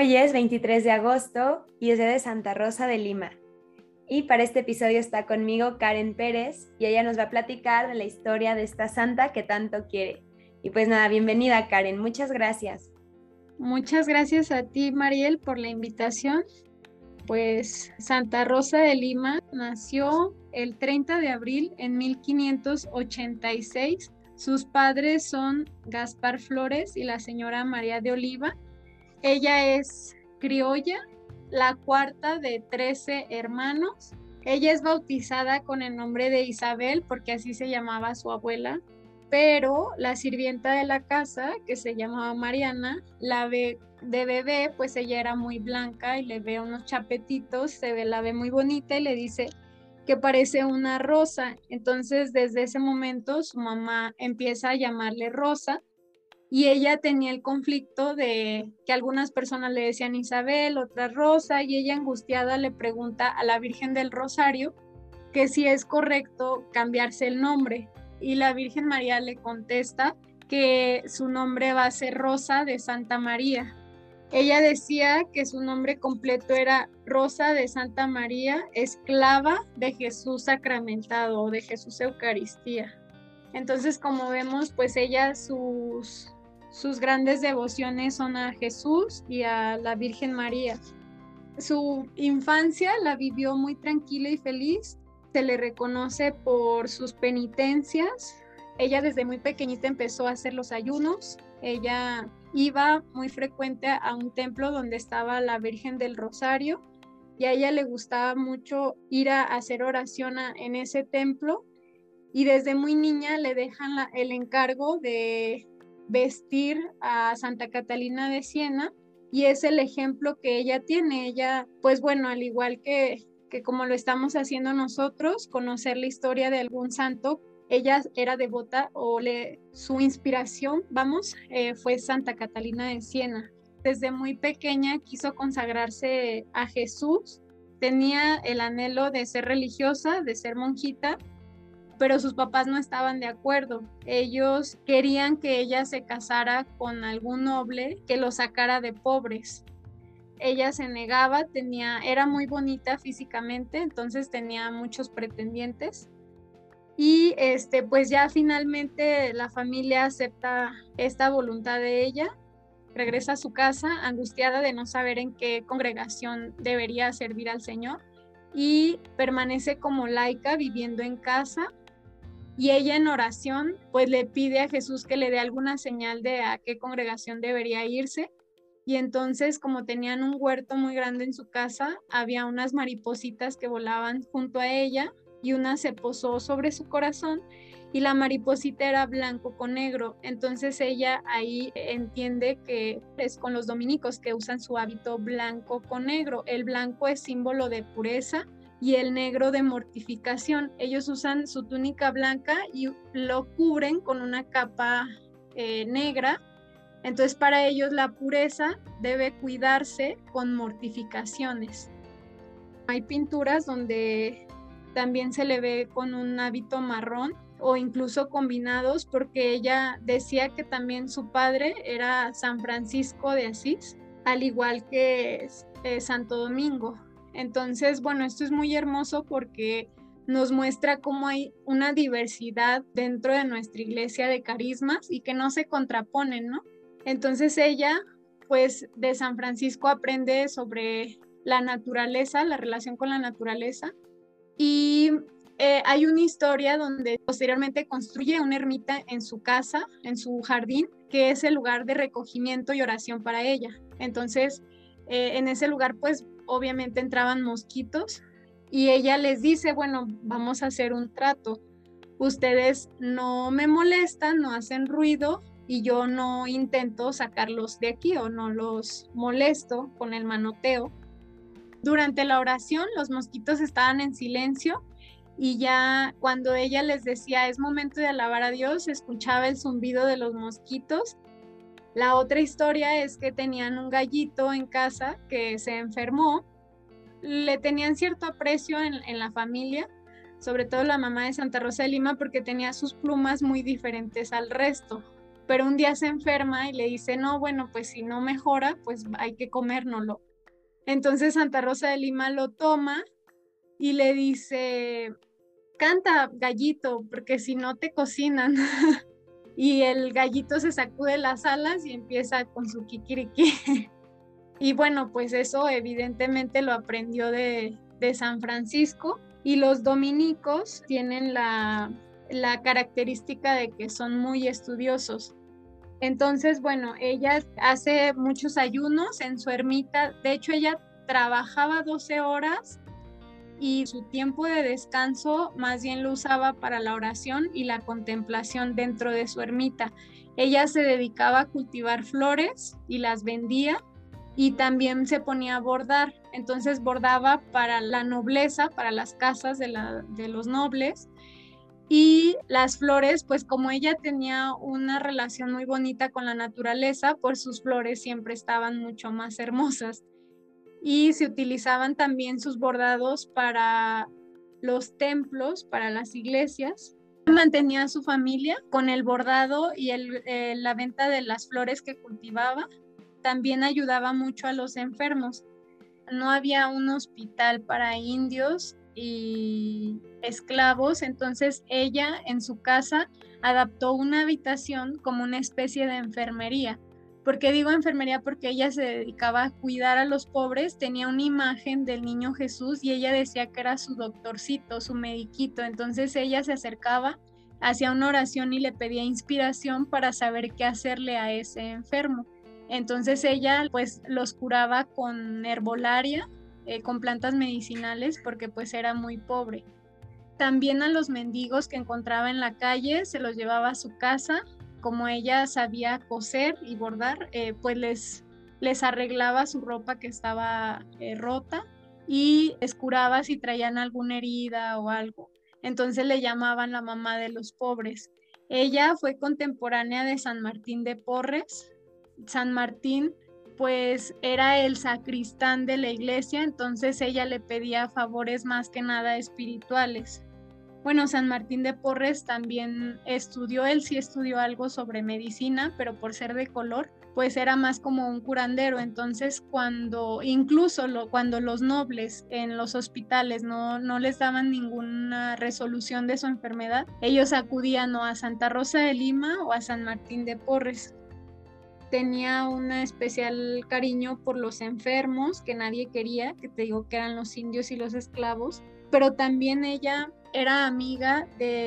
Hoy es 23 de agosto y es día de Santa Rosa de Lima. Y para este episodio está conmigo Karen Pérez y ella nos va a platicar de la historia de esta santa que tanto quiere. Y pues nada, bienvenida Karen, muchas gracias. Muchas gracias a ti, Mariel, por la invitación. Pues Santa Rosa de Lima nació el 30 de abril en 1586. Sus padres son Gaspar Flores y la señora María de Oliva. Ella es criolla, la cuarta de 13 hermanos. Ella es bautizada con el nombre de Isabel porque así se llamaba su abuela, pero la sirvienta de la casa, que se llamaba Mariana, la ve de bebé, pues ella era muy blanca y le ve unos chapetitos, la ve muy bonita y le dice que parece una rosa. Entonces, desde ese momento, su mamá empieza a llamarle Rosa y ella tenía el conflicto de que algunas personas le decían Isabel, otras Rosa, y ella angustiada le pregunta a la Virgen del Rosario que si es correcto cambiarse el nombre. Y la Virgen María le contesta que su nombre va a ser Rosa de Santa María. Ella decía que su nombre completo era Rosa de Santa María, esclava de Jesús sacramentado o de Jesús Eucaristía. Entonces, como vemos, pues ella sus grandes devociones son a Jesús y a la Virgen María. Su infancia la vivió muy tranquila y feliz. Se le reconoce por sus penitencias. Ella desde muy pequeñita empezó a hacer los ayunos. Ella iba muy frecuente a un templo donde estaba la Virgen del Rosario y a ella le gustaba mucho ir a hacer oración en ese templo, y desde muy niña le dejan el encargo de vestir a Santa Catalina de Siena, y es el ejemplo que ella tiene. Ella, pues bueno, al igual que como lo estamos haciendo nosotros, conocer la historia de algún santo, ella era devota su inspiración, fue Santa Catalina de Siena. Desde muy pequeña quiso consagrarse a Jesús, tenía el anhelo de ser religiosa, de ser monjita, pero sus papás no estaban de acuerdo. Ellos querían que ella se casara con algún noble que lo sacara de pobres. Ella se negaba, era muy bonita físicamente, entonces tenía muchos pretendientes. Y pues ya finalmente la familia acepta esta voluntad de ella, regresa a su casa angustiada de no saber en qué congregación debería servir al Señor, y permanece como laica viviendo en casa. Y ella en oración pues le pide a Jesús que le dé alguna señal de a qué congregación debería irse. Y entonces, como tenían un huerto muy grande en su casa, había unas maripositas que volaban junto a ella, y una se posó sobre su corazón y la mariposita era blanco con negro. Entonces ella ahí entiende que es con los dominicos, que usan su hábito blanco con negro. El blanco es símbolo de pureza y el negro de mortificación. Ellos usan su túnica blanca y lo cubren con una capa negra. Entonces para ellos la pureza debe cuidarse con mortificaciones. Hay pinturas donde también se le ve con un hábito marrón o incluso combinados, porque ella decía que también su padre era San Francisco de Asís, al igual que Santo Domingo. Entonces, bueno, esto es muy hermoso porque nos muestra cómo hay una diversidad dentro de nuestra iglesia de carismas y que no se contraponen, ¿no? Entonces ella, pues de San Francisco aprende sobre la naturaleza, la relación con la naturaleza, y hay una historia donde posteriormente construye una ermita en su casa, en su jardín, que es el lugar de recogimiento y oración para ella. Entonces, en ese lugar, pues obviamente entraban mosquitos, y ella les dice, bueno, vamos a hacer un trato. Ustedes no me molestan, no hacen ruido, y yo no intento sacarlos de aquí o no los molesto con el manoteo. Durante la oración, los mosquitos estaban en silencio, y ya cuando ella les decía es momento de alabar a Dios, se escuchaba el zumbido de los mosquitos. La otra historia es que tenían un gallito en casa que se enfermó. Le tenían cierto aprecio en la familia, sobre todo la mamá de Santa Rosa de Lima, porque tenía sus plumas muy diferentes al resto. pero un día se enferma y le dice, no, bueno, pues si no mejora, pues hay que comérnoslo. Entonces Santa Rosa de Lima lo toma y le dice, canta, gallito, porque si no te cocinan. Y el gallito se sacude las alas y empieza con su kikiriki. Y bueno, pues eso evidentemente lo aprendió de San Francisco, y los dominicos tienen la característica de que son muy estudiosos. Entonces, bueno, ella hace muchos ayunos en su ermita. De hecho, ella trabajaba 12 horas y su tiempo de descanso más bien lo usaba para la oración y la contemplación dentro de su ermita. Ella se dedicaba a cultivar flores y las vendía, y también se ponía a bordar. Entonces bordaba para la nobleza, para las casas de los nobles. Y las flores, pues como ella tenía una relación muy bonita con la naturaleza, pues sus flores siempre estaban mucho más hermosas. Y se utilizaban también sus bordados para los templos, para las iglesias. Mantenía a su familia con el bordado y la venta de las flores que cultivaba. También ayudaba mucho a los enfermos. No había un hospital para indios y esclavos, entonces ella en su casa adaptó una habitación como una especie de enfermería. ¿Por qué digo enfermería? Porque ella se dedicaba a cuidar a los pobres, tenía una imagen del niño Jesús y ella decía que era su doctorcito, su mediquito. Entonces ella se acercaba, hacía una oración y le pedía inspiración para saber qué hacerle a ese enfermo. Entonces ella pues los curaba con herbolaria, con plantas medicinales, porque pues era muy pobre. También a los mendigos que encontraba en la calle se los llevaba a su casa. Como ella sabía coser y bordar, pues les arreglaba su ropa que estaba rota, y les curaba si traían alguna herida o algo. Entonces le llamaban la mamá de los pobres. Ella fue contemporánea de San Martín de Porres. San Martín pues era el sacristán de la iglesia, entonces ella le pedía favores más que nada espirituales. Bueno, San Martín de Porres también estudió, él sí estudió algo sobre medicina, pero por ser de color, pues era más como un curandero. Entonces, cuando los nobles en los hospitales no les daban ninguna resolución de su enfermedad, ellos acudían o a Santa Rosa de Lima o a San Martín de Porres. Tenía un especial cariño por los enfermos que nadie quería, que te digo que eran los indios y los esclavos, pero también ella era amiga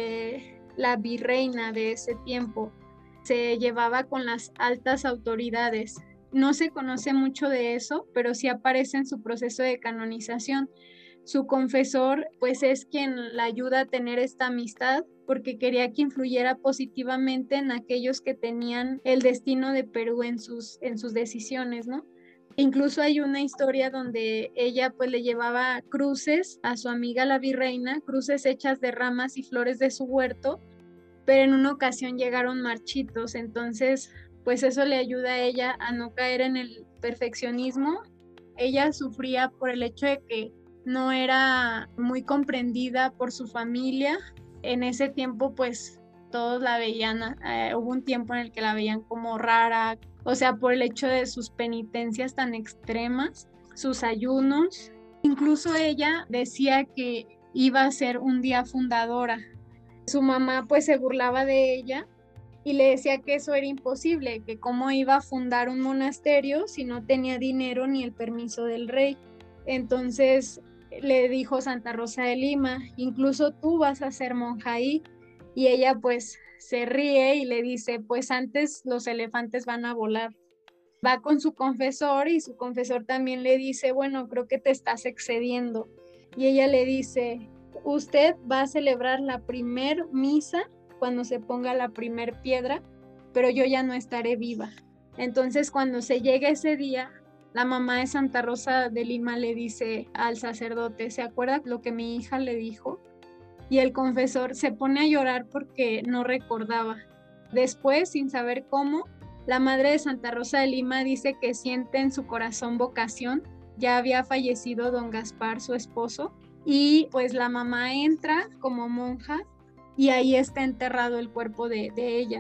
de la virreina de ese tiempo. Se llevaba con las altas autoridades. No se conoce mucho de eso, pero sí aparece en su proceso de canonización. Su confesor pues es quien la ayuda a tener esta amistad, porque quería que influyera positivamente en aquellos que tenían el destino de Perú en sus decisiones, ¿no? Incluso hay una historia donde ella pues le llevaba cruces a su amiga la virreina, cruces hechas de ramas y flores de su huerto, pero en una ocasión llegaron marchitos. Entonces pues eso le ayuda a ella a no caer en el perfeccionismo. Ella sufría por el hecho de que no era muy comprendida por su familia. En ese tiempo pues todos la veían, hubo un tiempo en el que la veían como rara, o sea, por el hecho de sus penitencias tan extremas, sus ayunos. Incluso ella decía que iba a ser un día fundadora. Su mamá pues se burlaba de ella y le decía que eso era imposible, que cómo iba a fundar un monasterio si no tenía dinero ni el permiso del rey. Entonces le dijo Santa Rosa de Lima, incluso tú vas a ser monja ahí. Y ella pues se ríe y le dice, pues antes los elefantes van a volar. Va con su confesor y su confesor también le dice, bueno, creo que te estás excediendo. Y ella le dice, usted va a celebrar la primer misa cuando se ponga la primer piedra, pero yo ya no estaré viva. Entonces cuando se llega ese día, la mamá de Santa Rosa de Lima le dice al sacerdote, ¿se acuerda lo que mi hija le dijo? Y el confesor se pone a llorar porque no recordaba. Después, sin saber cómo, la madre de Santa Rosa de Lima dice que siente en su corazón vocación. Ya había fallecido don Gaspar, su esposo, y pues la mamá entra como monja y ahí está enterrado el cuerpo de ella.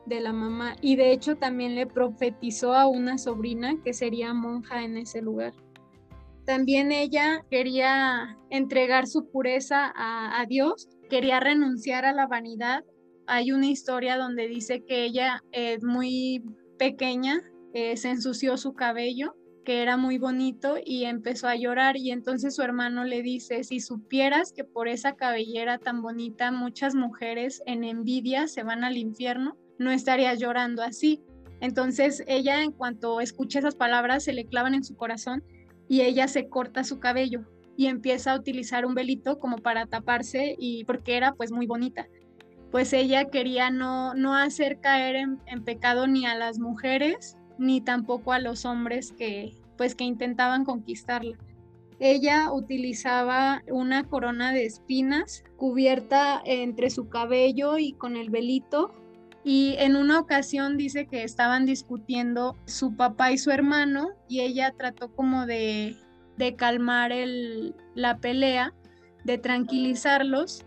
de la mamá, y de hecho también le profetizó a una sobrina que sería monja en ese lugar. También ella quería entregar su pureza a Dios, quería renunciar a la vanidad. Hay una historia donde dice que ella, muy pequeña, se ensució su cabello, que era muy bonito, y empezó a llorar, y entonces su hermano le dice: si supieras que por esa cabellera tan bonita muchas mujeres en envidia se van al infierno, no estarías llorando así. Entonces ella, en cuanto escucha esas palabras, se le clavan en su corazón y ella se corta su cabello y empieza a utilizar un velito como para taparse, y porque era pues muy bonita. Pues ella quería no hacer caer en pecado ni a las mujeres ni tampoco a los hombres que intentaban conquistarla. Ella utilizaba una corona de espinas cubierta entre su cabello y con el velito, y en una ocasión dice que estaban discutiendo su papá y su hermano, y ella trató como de calmar la pelea, de tranquilizarlos,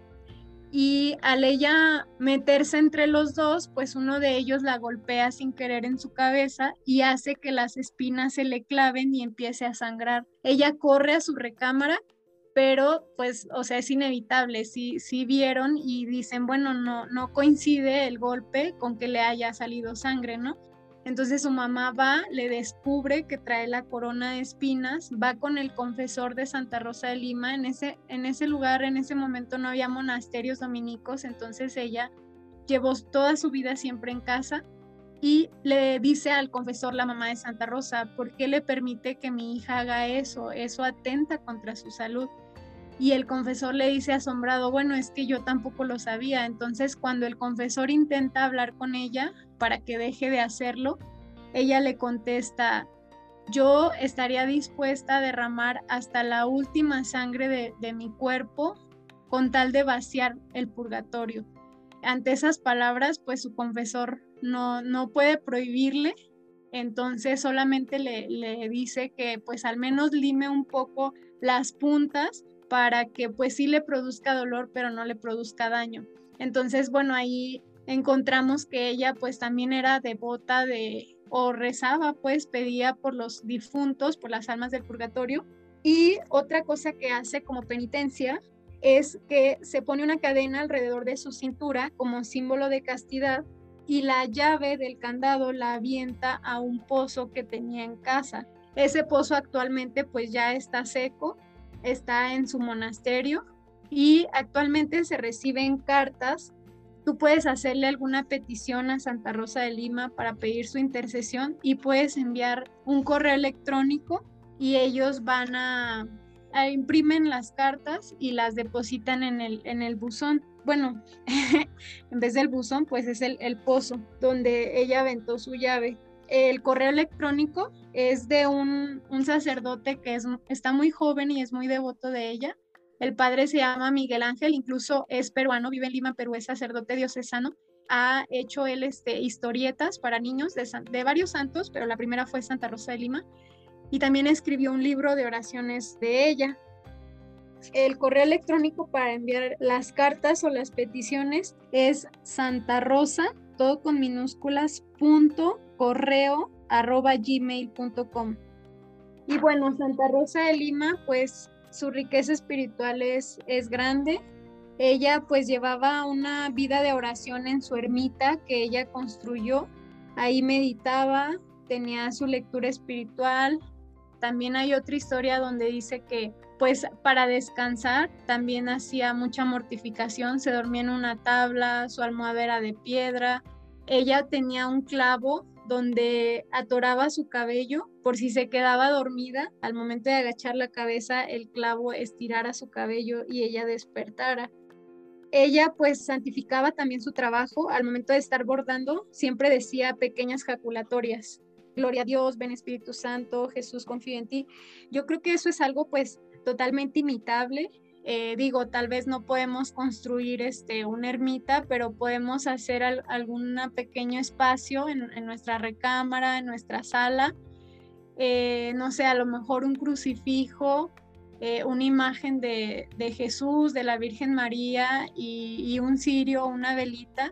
y al ella meterse entre los dos, pues uno de ellos la golpea sin querer en su cabeza y hace que las espinas se le claven y empiece a sangrar. Ella corre a su recámara, pero pues, o sea, es inevitable. Sí vieron y dicen, bueno, no coincide el golpe con que le haya salido sangre, ¿no? Entonces su mamá va, le descubre que trae la corona de espinas, va con el confesor de Santa Rosa de Lima. En ese lugar, en ese momento no había monasterios dominicos, entonces ella llevó toda su vida siempre en casa, y le dice al confesor, la mamá de Santa Rosa: ¿por qué le permite que mi hija haga eso? Eso atenta contra su salud. Y el confesor le dice asombrado: bueno, es que yo tampoco lo sabía. Entonces, cuando el confesor intenta hablar con ella para que deje de hacerlo, ella le contesta: yo estaría dispuesta a derramar hasta la última sangre de mi cuerpo con tal de vaciar el purgatorio. Ante esas palabras, pues su confesor no puede prohibirle, entonces solamente le dice que pues al menos lime un poco las puntas para que pues sí le produzca dolor, pero no le produzca daño. Entonces, bueno, ahí encontramos que ella pues también era devota o rezaba, pues pedía por los difuntos, por las almas del purgatorio. Y otra cosa que hace como penitencia es que se pone una cadena alrededor de su cintura como símbolo de castidad, y la llave del candado la avienta a un pozo que tenía en casa. Ese pozo actualmente pues ya está seco, está en su monasterio, y actualmente se reciben cartas. Tú puedes hacerle alguna petición a Santa Rosa de Lima para pedir su intercesión, y puedes enviar un correo electrónico, y ellos van a imprimen las cartas y las depositan en el buzón. Bueno, en vez del buzón, pues es el pozo donde ella aventó su llave. El correo electrónico es de un sacerdote que está muy joven y es muy devoto de ella. El padre se llama Miguel Ángel, incluso es peruano, vive en Lima, Perú, es sacerdote diocesano. Ha hecho él historietas para niños de varios santos, pero la primera fue Santa Rosa de Lima, y también escribió un libro de oraciones de ella. El correo electrónico para enviar las cartas o las peticiones es santarosa, todo con minúsculas, .correo@gmail.com. Y bueno, Santa Rosa de Lima, pues su riqueza espiritual es grande. Ella pues llevaba una vida de oración en su ermita que ella construyó. Ahí meditaba, tenía su lectura espiritual. También hay otra historia donde dice que pues para descansar también hacía mucha mortificación, se dormía en una tabla, su almohada era de piedra. Ella tenía un clavo donde atoraba su cabello por si se quedaba dormida, al momento de agachar la cabeza el clavo estirara su cabello y ella despertara. Ella pues santificaba también su trabajo. Al momento de estar bordando siempre decía pequeñas jaculatorias: gloria a Dios, ven Espíritu Santo, Jesús, confío en ti. Yo creo que eso es algo pues totalmente imitable. Digo, tal vez no podemos construir una ermita, pero podemos hacer algún pequeño espacio en nuestra recámara, en nuestra sala. No sé, a lo mejor un crucifijo, una imagen de Jesús, de la Virgen María, y un cirio, una velita,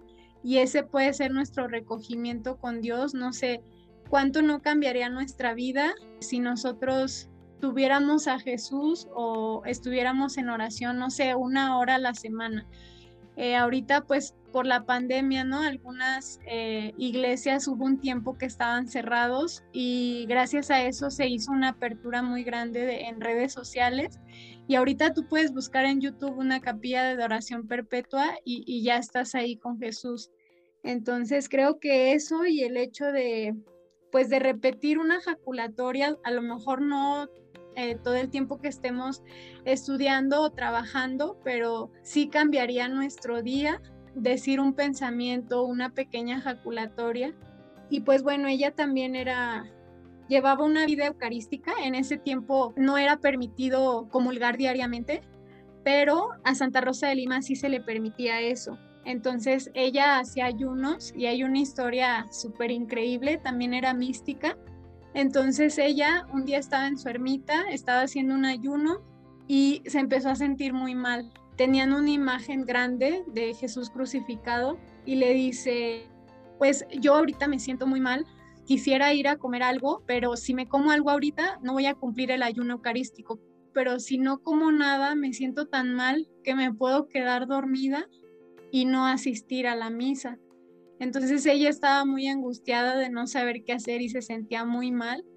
y ese puede ser nuestro recogimiento con Dios. No sé cuánto no cambiaría nuestra vida si nosotros tuviéramos a Jesús o estuviéramos en oración, no sé, 1 hora a la semana. Ahorita pues por la pandemia, ¿no? Algunas iglesias hubo un tiempo que estaban cerrados y gracias a eso se hizo una apertura muy grande en redes sociales, y ahorita tú puedes buscar en YouTube una capilla de adoración perpetua y ya estás ahí con Jesús. Entonces creo que eso y el hecho de pues de repetir una jaculatoria, a lo mejor no todo el tiempo que estemos estudiando o trabajando, pero sí cambiaría nuestro día, decir un pensamiento, una pequeña jaculatoria. Y pues bueno, ella también llevaba una vida eucarística. En ese tiempo no era permitido comulgar diariamente, pero a Santa Rosa de Lima sí se le permitía eso. Entonces ella hacía ayunos y hay una historia súper increíble, también era mística. Entonces ella un día estaba en su ermita, estaba haciendo un ayuno y se empezó a sentir muy mal. Tenían una imagen grande de Jesús crucificado y le dice, pues yo ahorita me siento muy mal, quisiera ir a comer algo, pero si me como algo ahorita no voy a cumplir el ayuno eucarístico, pero si no como nada me siento tan mal que me puedo quedar dormida y no asistir a la misa. Entonces ella estaba muy angustiada de no saber qué hacer y se sentía muy mal.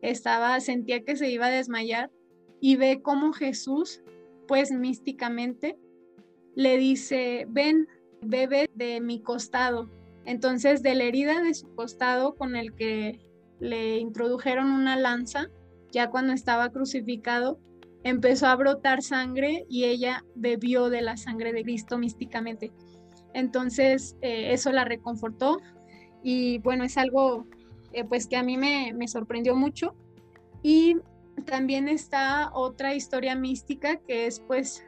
Sentía que se iba a desmayar y ve cómo Jesús, pues místicamente, le dice, ven, bebe de mi costado. Entonces de la herida de su costado con el que le introdujeron una lanza, ya cuando estaba crucificado, empezó a brotar sangre y ella bebió de la sangre de Cristo místicamente. Entonces eso la reconfortó y bueno, es algo pues que a mí me sorprendió mucho. Y también está otra historia mística que es pues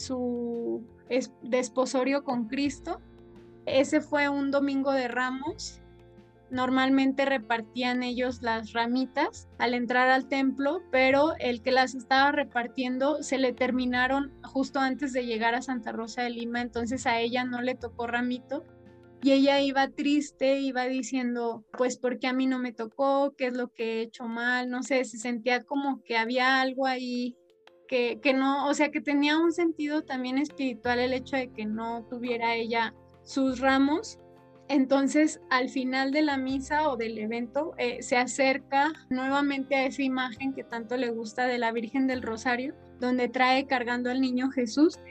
su desposorio con Cristo. Ese fue un domingo de Ramos. Normalmente repartían ellos las ramitas al entrar al templo, pero el que las estaba repartiendo se le terminaron justo antes de llegar a Santa Rosa de Lima, entonces a ella no le tocó ramito y ella iba triste, iba diciendo, pues, ¿por qué a mí no me tocó? ¿Qué es lo que he hecho mal? No sé, se sentía como que había algo ahí que no, o sea, que tenía un sentido también espiritual el hecho de que no tuviera ella sus ramos. Entonces, al final de la misa o del evento, se acerca nuevamente a esa imagen que tanto le gusta de la Virgen del Rosario, donde trae cargando al niño Jesús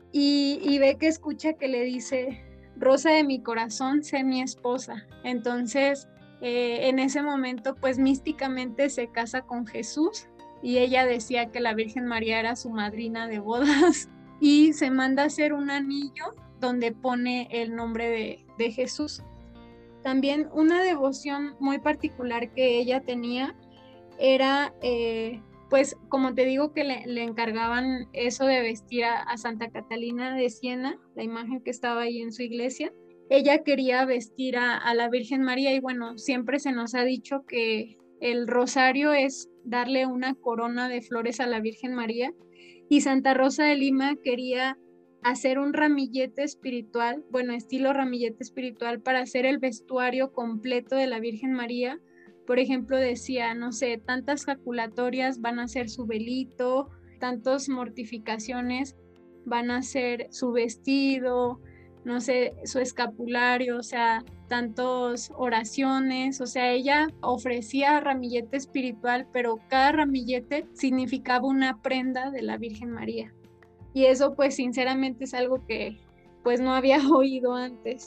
y ve que escucha que le dice, Rosa de mi corazón, sé mi esposa. Entonces, en ese momento, pues místicamente se casa con Jesús y ella decía que la Virgen María era su madrina de bodas y se manda a hacer un anillo donde pone el nombre de Jesús. También una devoción muy particular que ella tenía era, pues como te digo que le encargaban eso de vestir a Santa Catalina de Siena, la imagen que estaba ahí en su iglesia. Ella quería vestir a la Virgen María y bueno, siempre se nos ha dicho que el rosario es darle una corona de flores a la Virgen María y Santa Rosa de Lima quería hacer un ramillete espiritual, bueno, estilo ramillete espiritual para hacer el vestuario completo de la Virgen María. Por ejemplo, decía, no sé, tantas jaculatorias van a ser su velito, tantas mortificaciones van a ser su vestido, no sé, su escapulario, o sea, tantas oraciones, o sea, ella ofrecía ramillete espiritual, pero cada ramillete significaba una prenda de la Virgen María. Y eso pues sinceramente es algo que pues no había oído antes.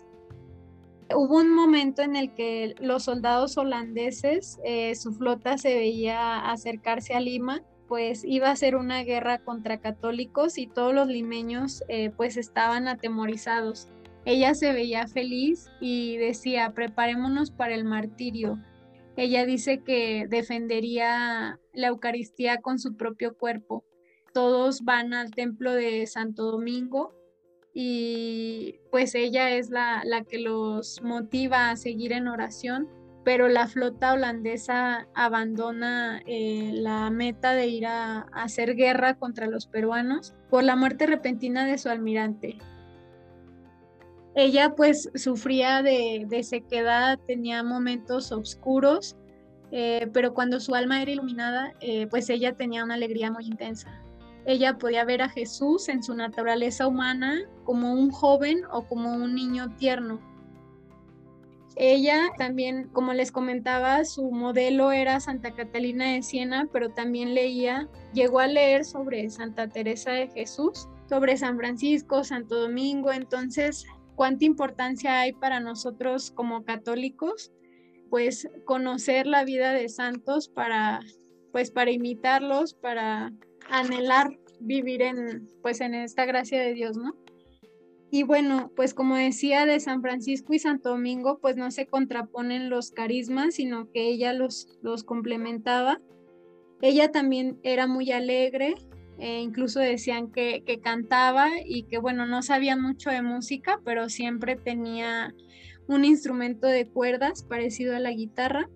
Hubo un momento en el que los soldados holandeses, su flota se veía acercarse a Lima, pues iba a ser una guerra contra católicos y todos los limeños pues estaban atemorizados. Ella se veía feliz y decía, preparémonos para el martirio. Ella dice que defendería la Eucaristía con su propio cuerpo. Todos van al templo de Santo Domingo y pues ella es la que los motiva a seguir en oración, pero la flota holandesa abandona la meta de ir a hacer guerra contra los peruanos por la muerte repentina de su almirante. Ella pues sufría de sequedad, tenía momentos oscuros, pero cuando su alma era iluminada, pues ella tenía una alegría muy intensa. Ella podía ver a Jesús en su naturaleza humana como un joven o como un niño tierno. Ella también, como les comentaba, su modelo era Santa Catalina de Siena, pero también llegó a leer sobre Santa Teresa de Jesús, sobre San Francisco, Santo Domingo. Entonces, ¿cuánta importancia hay para nosotros como católicos? Pues conocer la vida de santos para imitarlos, para anhelar vivir pues en esta gracia de Dios, ¿no? Y bueno, pues como decía, de San Francisco y Santo Domingo, pues no se contraponen los carismas, sino que ella los complementaba. Ella también era muy alegre, incluso decían que cantaba y que bueno, no sabía mucho de música, pero siempre tenía un instrumento de cuerdas parecido a la guitarra.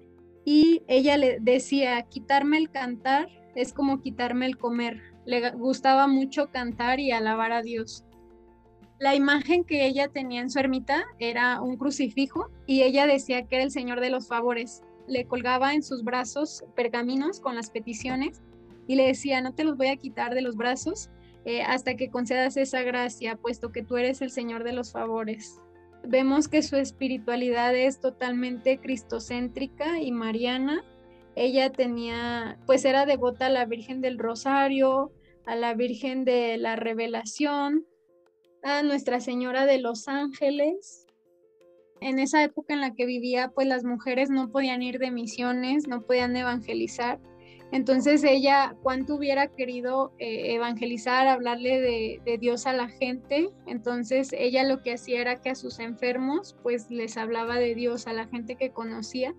Y ella le decía, quitarme el cantar es como quitarme el comer. Le gustaba mucho cantar y alabar a Dios. La imagen que ella tenía en su ermita era un crucifijo y ella decía que era el Señor de los favores. Le colgaba en sus brazos pergaminos con las peticiones y le decía, no te los voy a quitar de los brazos hasta que concedas esa gracia, puesto que tú eres el Señor de los favores. Vemos que su espiritualidad es totalmente cristocéntrica y mariana. Ella pues era devota a la Virgen del Rosario, a la Virgen de la Revelación, a Nuestra Señora de los Ángeles. En esa época en la que vivía, pues las mujeres no podían ir de misiones, no podían evangelizar. Entonces ella, cuánto hubiera querido evangelizar, hablarle de Dios a la gente. Entonces ella lo que hacía era que a sus enfermos, pues les hablaba de Dios, a la gente que conocía.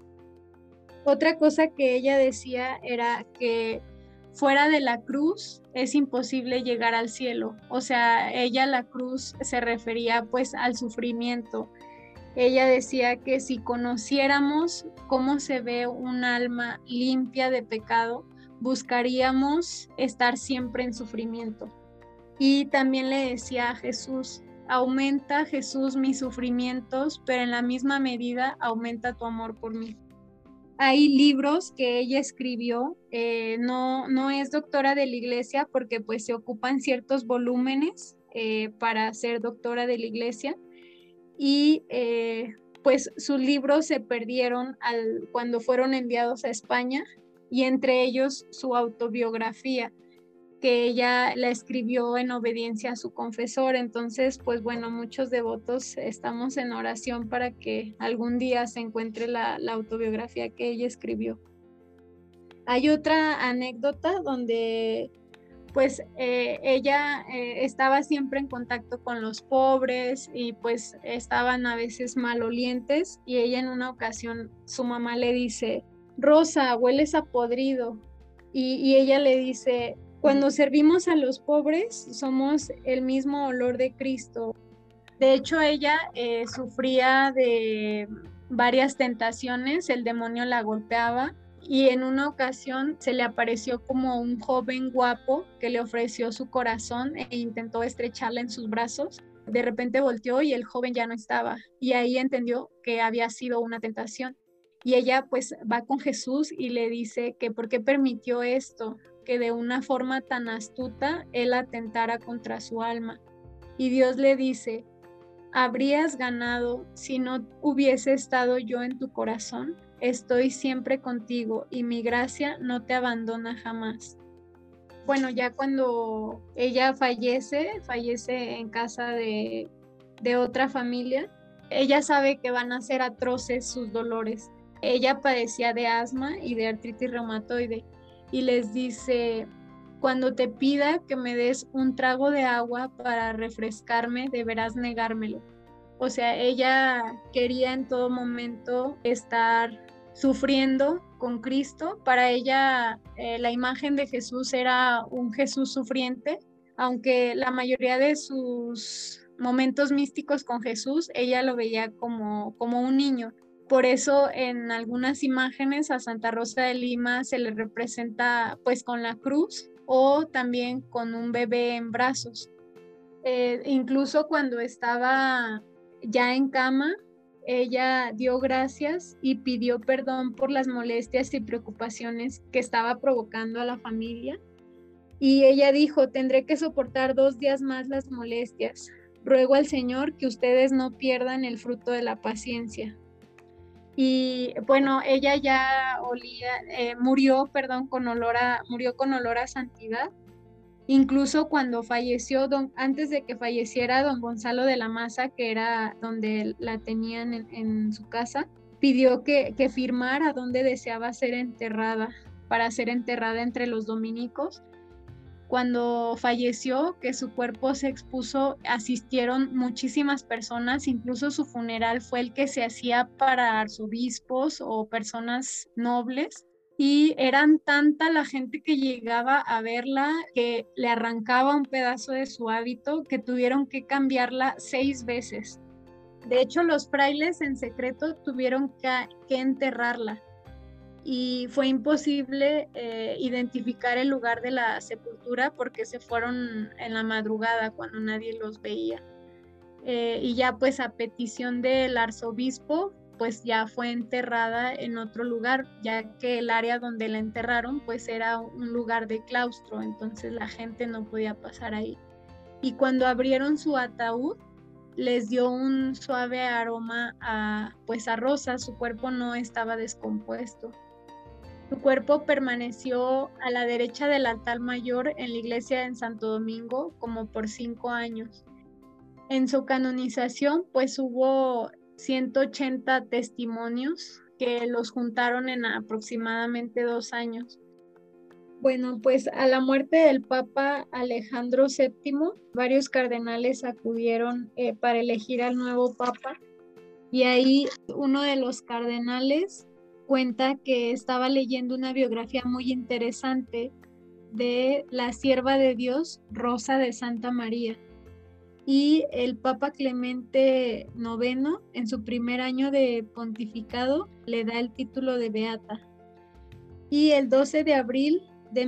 Otra cosa que ella decía era que fuera de la cruz es imposible llegar al cielo. O sea, ella la cruz se refería pues al sufrimiento. Ella decía que si conociéramos cómo se ve un alma limpia de pecado, buscaríamos estar siempre en sufrimiento. Y también le decía a Jesús, aumenta Jesús mis sufrimientos, pero en la misma medida aumenta tu amor por mí. Hay libros que ella escribió, no es doctora de la iglesia porque pues se ocupan ciertos volúmenes para ser doctora de la iglesia y pues sus libros se perdieron cuando fueron enviados a España y entre ellos su autobiografía que ella la escribió en obediencia a su confesor. Entonces, pues bueno, muchos devotos estamos en oración para que algún día se encuentre la autobiografía que ella escribió. Hay otra anécdota donde pues ella estaba siempre en contacto con los pobres y pues estaban a veces malolientes y ella en una ocasión, su mamá le dice, Rosa, hueles a podrido. Y ella le dice, cuando servimos a los pobres somos el mismo olor de Cristo. De hecho, ella sufría de varias tentaciones, el demonio la golpeaba y en una ocasión se le apareció como un joven guapo que le ofreció su corazón e intentó estrecharla en sus brazos. De repente volteó y el joven ya no estaba y ahí entendió que había sido una tentación. Y ella pues va con Jesús y le dice que por qué permitió esto, que de una forma tan astuta él atentara contra su alma. Y Dios le dice, habrías ganado si no hubiese estado yo en tu corazón. Estoy siempre contigo y mi gracia no te abandona jamás. Bueno, ya cuando ella fallece en casa de otra familia, ella sabe que van a ser atroces sus dolores. Ella padecía de asma y de artritis reumatoide y les dice, cuando te pida que me des un trago de agua para refrescarme, deberás negármelo. O sea, ella quería en todo momento estar sufriendo con Cristo. Para ella, la imagen de Jesús era un Jesús sufriente, aunque la mayoría de sus momentos místicos con Jesús, ella lo veía como un niño. Por eso en algunas imágenes a Santa Rosa de Lima se le representa pues con la cruz o también con un bebé en brazos. Incluso cuando estaba ya en cama, ella dio gracias y pidió perdón por las molestias y preocupaciones que estaba provocando a la familia. Y ella dijo: tendré que soportar 2 días más las molestias. Ruego al Señor que ustedes no pierdan el fruto de la paciencia. Y bueno, ella ya murió, perdón, murió con olor a santidad. Incluso cuando falleció, antes de que falleciera don Gonzalo de la Maza, que era donde la tenían en su casa, pidió que firmara donde deseaba ser enterrada, para ser enterrada entre los dominicos. Cuando falleció, que su cuerpo se expuso, asistieron muchísimas personas, incluso su funeral fue el que se hacía para arzobispos o personas nobles, y eran tanta la gente que llegaba a verla que le arrancaba un pedazo de su hábito, que tuvieron que cambiarla 6 veces. De hecho, los frailes en secreto tuvieron que enterrarla, y fue imposible identificar el lugar de la sepultura porque se fueron en la madrugada cuando nadie los veía. Y ya pues a petición del arzobispo, pues ya fue enterrada en otro lugar, ya que el área donde la enterraron pues era un lugar de claustro, entonces la gente no podía pasar ahí. Y cuando abrieron su ataúd, les dio un suave aroma pues a rosa, su cuerpo no estaba descompuesto. Su cuerpo permaneció a la derecha del altar mayor en la iglesia en Santo Domingo como por 5 años. En su canonización, pues hubo 180 testimonios que los juntaron en aproximadamente 2 años. Bueno, pues a la muerte del Papa Alejandro VII, varios cardenales acudieron para elegir al nuevo Papa, y ahí uno de los cardenales cuenta que estaba leyendo una biografía muy interesante de la sierva de Dios, Rosa de Santa María. Y el Papa Clemente IX, en su primer año de pontificado, le da el título de beata. Y el 12 de abril de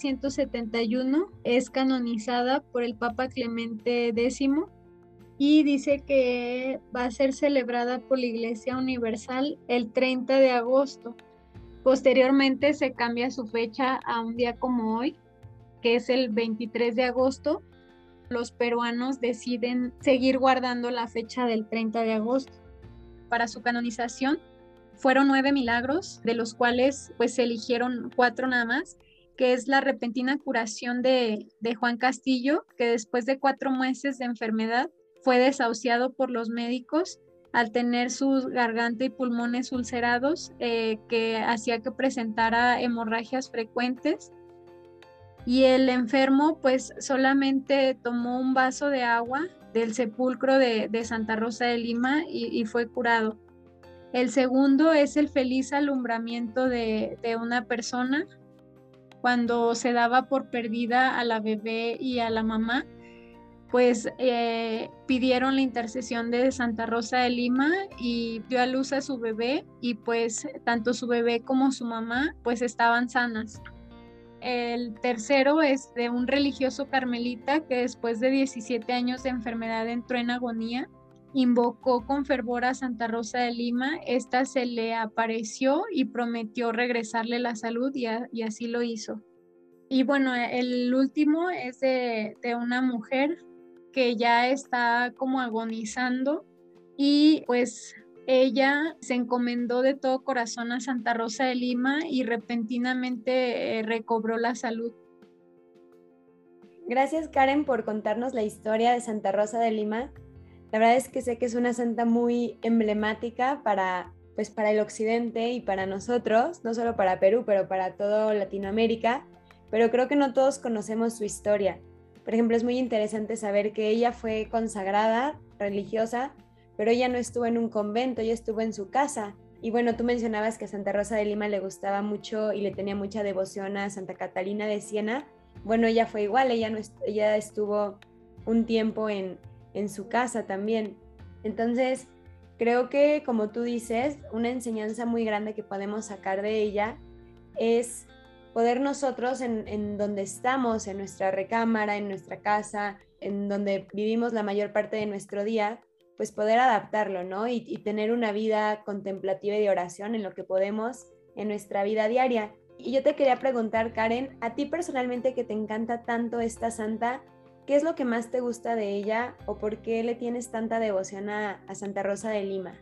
1671 es canonizada por el Papa Clemente X, y dice que va a ser celebrada por la Iglesia Universal el 30 de agosto. Posteriormente se cambia su fecha a un día como hoy, que es el 23 de agosto. Los peruanos deciden seguir guardando la fecha del 30 de agosto. Para su canonización fueron 9 milagros, de los cuales pues se eligieron 4 nada más, que es la repentina curación de Juan Castillo, que después de 4 meses de enfermedad fue desahuciado por los médicos al tener sus garganta y pulmones ulcerados, que hacía que presentara hemorragias frecuentes. Y el enfermo pues solamente tomó un vaso de agua del sepulcro de Santa Rosa de Lima y fue curado. El segundo es el feliz alumbramiento de una persona cuando se daba por perdida a la bebé y a la mamá, pues pidieron la intercesión de Santa Rosa de Lima y dio a luz a su bebé, y pues tanto su bebé como su mamá pues estaban sanas. El tercero es de un religioso carmelita que después de 17 años de enfermedad entró en agonía, invocó con fervor a Santa Rosa de Lima, esta se le apareció y prometió regresarle la salud, y así lo hizo. Y bueno, el último es de una mujer que ya está como agonizando, y pues ella se encomendó de todo corazón a Santa Rosa de Lima y repentinamente recobró la salud. Gracias, Karen, por contarnos la historia de Santa Rosa de Lima. La verdad es que sé que es una santa muy emblemática para el occidente y para nosotros, no solo para Perú, pero para toda Latinoamérica, pero creo que no todos conocemos su historia. Por ejemplo, es muy interesante saber que ella fue consagrada, religiosa, pero ella no estuvo en un convento, ella estuvo en su casa. Y bueno, tú mencionabas que a Santa Rosa de Lima le gustaba mucho y le tenía mucha devoción a Santa Catalina de Siena. Bueno, ella fue igual, ella estuvo un tiempo en su casa también. Entonces, creo que, como tú dices, una enseñanza muy grande que podemos sacar de ella es poder nosotros en donde estamos, en nuestra recámara, en nuestra casa, en donde vivimos la mayor parte de nuestro día, pues poder adaptarlo, ¿no? Y tener una vida contemplativa y de oración en lo que podemos en nuestra vida diaria. Y yo te quería preguntar, Karen, a ti personalmente que te encanta tanto esta santa, ¿qué es lo que más te gusta de ella o por qué le tienes tanta devoción a Santa Rosa de Lima?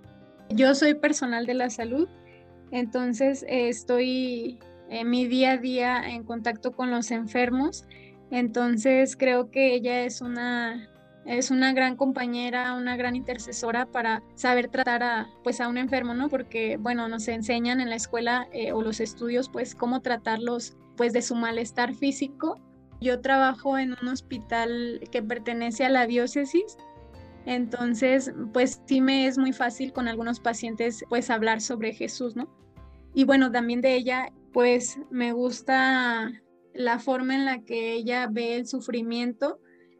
Yo soy personal de la salud, entonces estoy en mi día a día en contacto con los enfermos, entonces creo que ella es una gran compañera, una gran intercesora para saber tratar pues a un enfermo, ¿no? Porque, bueno, nos enseñan en la escuela o los estudios, pues, cómo tratarlos, pues, de su malestar físico. Yo trabajo en un hospital que pertenece a la diócesis. Entonces, pues sí me es muy fácil con algunos pacientes pues hablar sobre Jesús, ¿no? Y bueno, también de ella, pues me gusta la forma en la que ella ve el sufrimiento.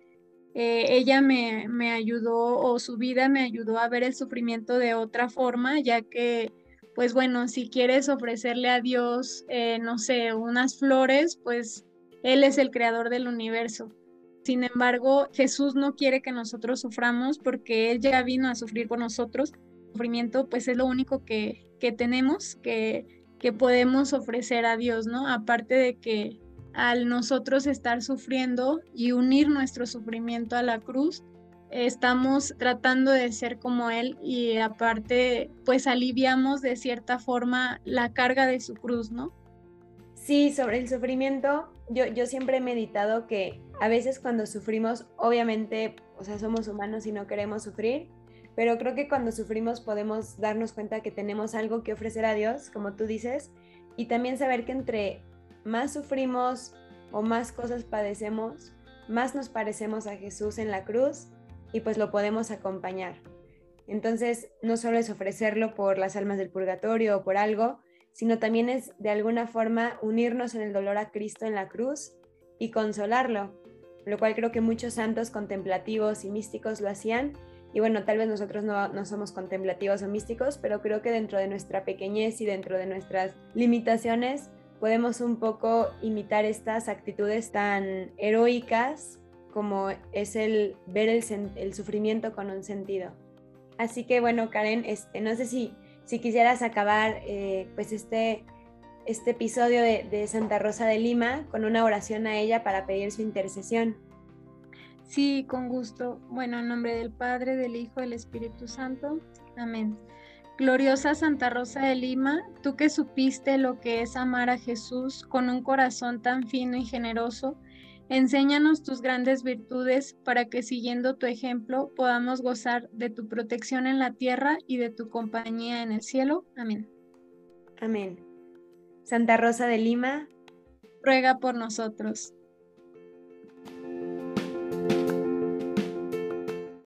Ella me ayudó, o su vida me ayudó a ver el sufrimiento de otra forma, ya que, pues bueno, si quieres ofrecerle a Dios, no sé, unas flores, pues Él es el creador del universo. Sin embargo, Jesús no quiere que nosotros suframos porque Él ya vino a sufrir por nosotros. El sufrimiento, pues es lo único que tenemos, que podemos ofrecer a Dios, ¿no? Aparte de que al nosotros estar sufriendo y unir nuestro sufrimiento a la cruz, estamos tratando de ser como Él y aparte, pues aliviamos de cierta forma la carga de su cruz, ¿no? Sí, sobre el sufrimiento, yo siempre he meditado que a veces cuando sufrimos, obviamente, o sea, somos humanos y no queremos sufrir, pero creo que cuando sufrimos podemos darnos cuenta que tenemos algo que ofrecer a Dios, como tú dices, y también saber que entre más sufrimos o más cosas padecemos, más nos parecemos a Jesús en la cruz y pues lo podemos acompañar. Entonces, no solo es ofrecerlo por las almas del purgatorio o por algo, sino también es de alguna forma unirnos en el dolor a Cristo en la cruz y consolarlo, lo cual creo que muchos santos contemplativos y místicos lo hacían. Y bueno, tal vez nosotros no somos contemplativos o místicos, pero creo que dentro de nuestra pequeñez y dentro de nuestras limitaciones podemos un poco imitar estas actitudes tan heroicas como es el ver el sufrimiento con un sentido. Así que bueno, Karen, no sé si quisieras acabar pues este episodio de Santa Rosa de Lima con una oración a ella para pedir su intercesión. Sí, con gusto. Bueno, en nombre del Padre, del Hijo, del Espíritu Santo. Amén. Gloriosa Santa Rosa de Lima, tú que supiste lo que es amar a Jesús con un corazón tan fino y generoso, enséñanos tus grandes virtudes para que siguiendo tu ejemplo podamos gozar de tu protección en la tierra y de tu compañía en el cielo. Amén. Amén. Santa Rosa de Lima, Ruega por nosotros.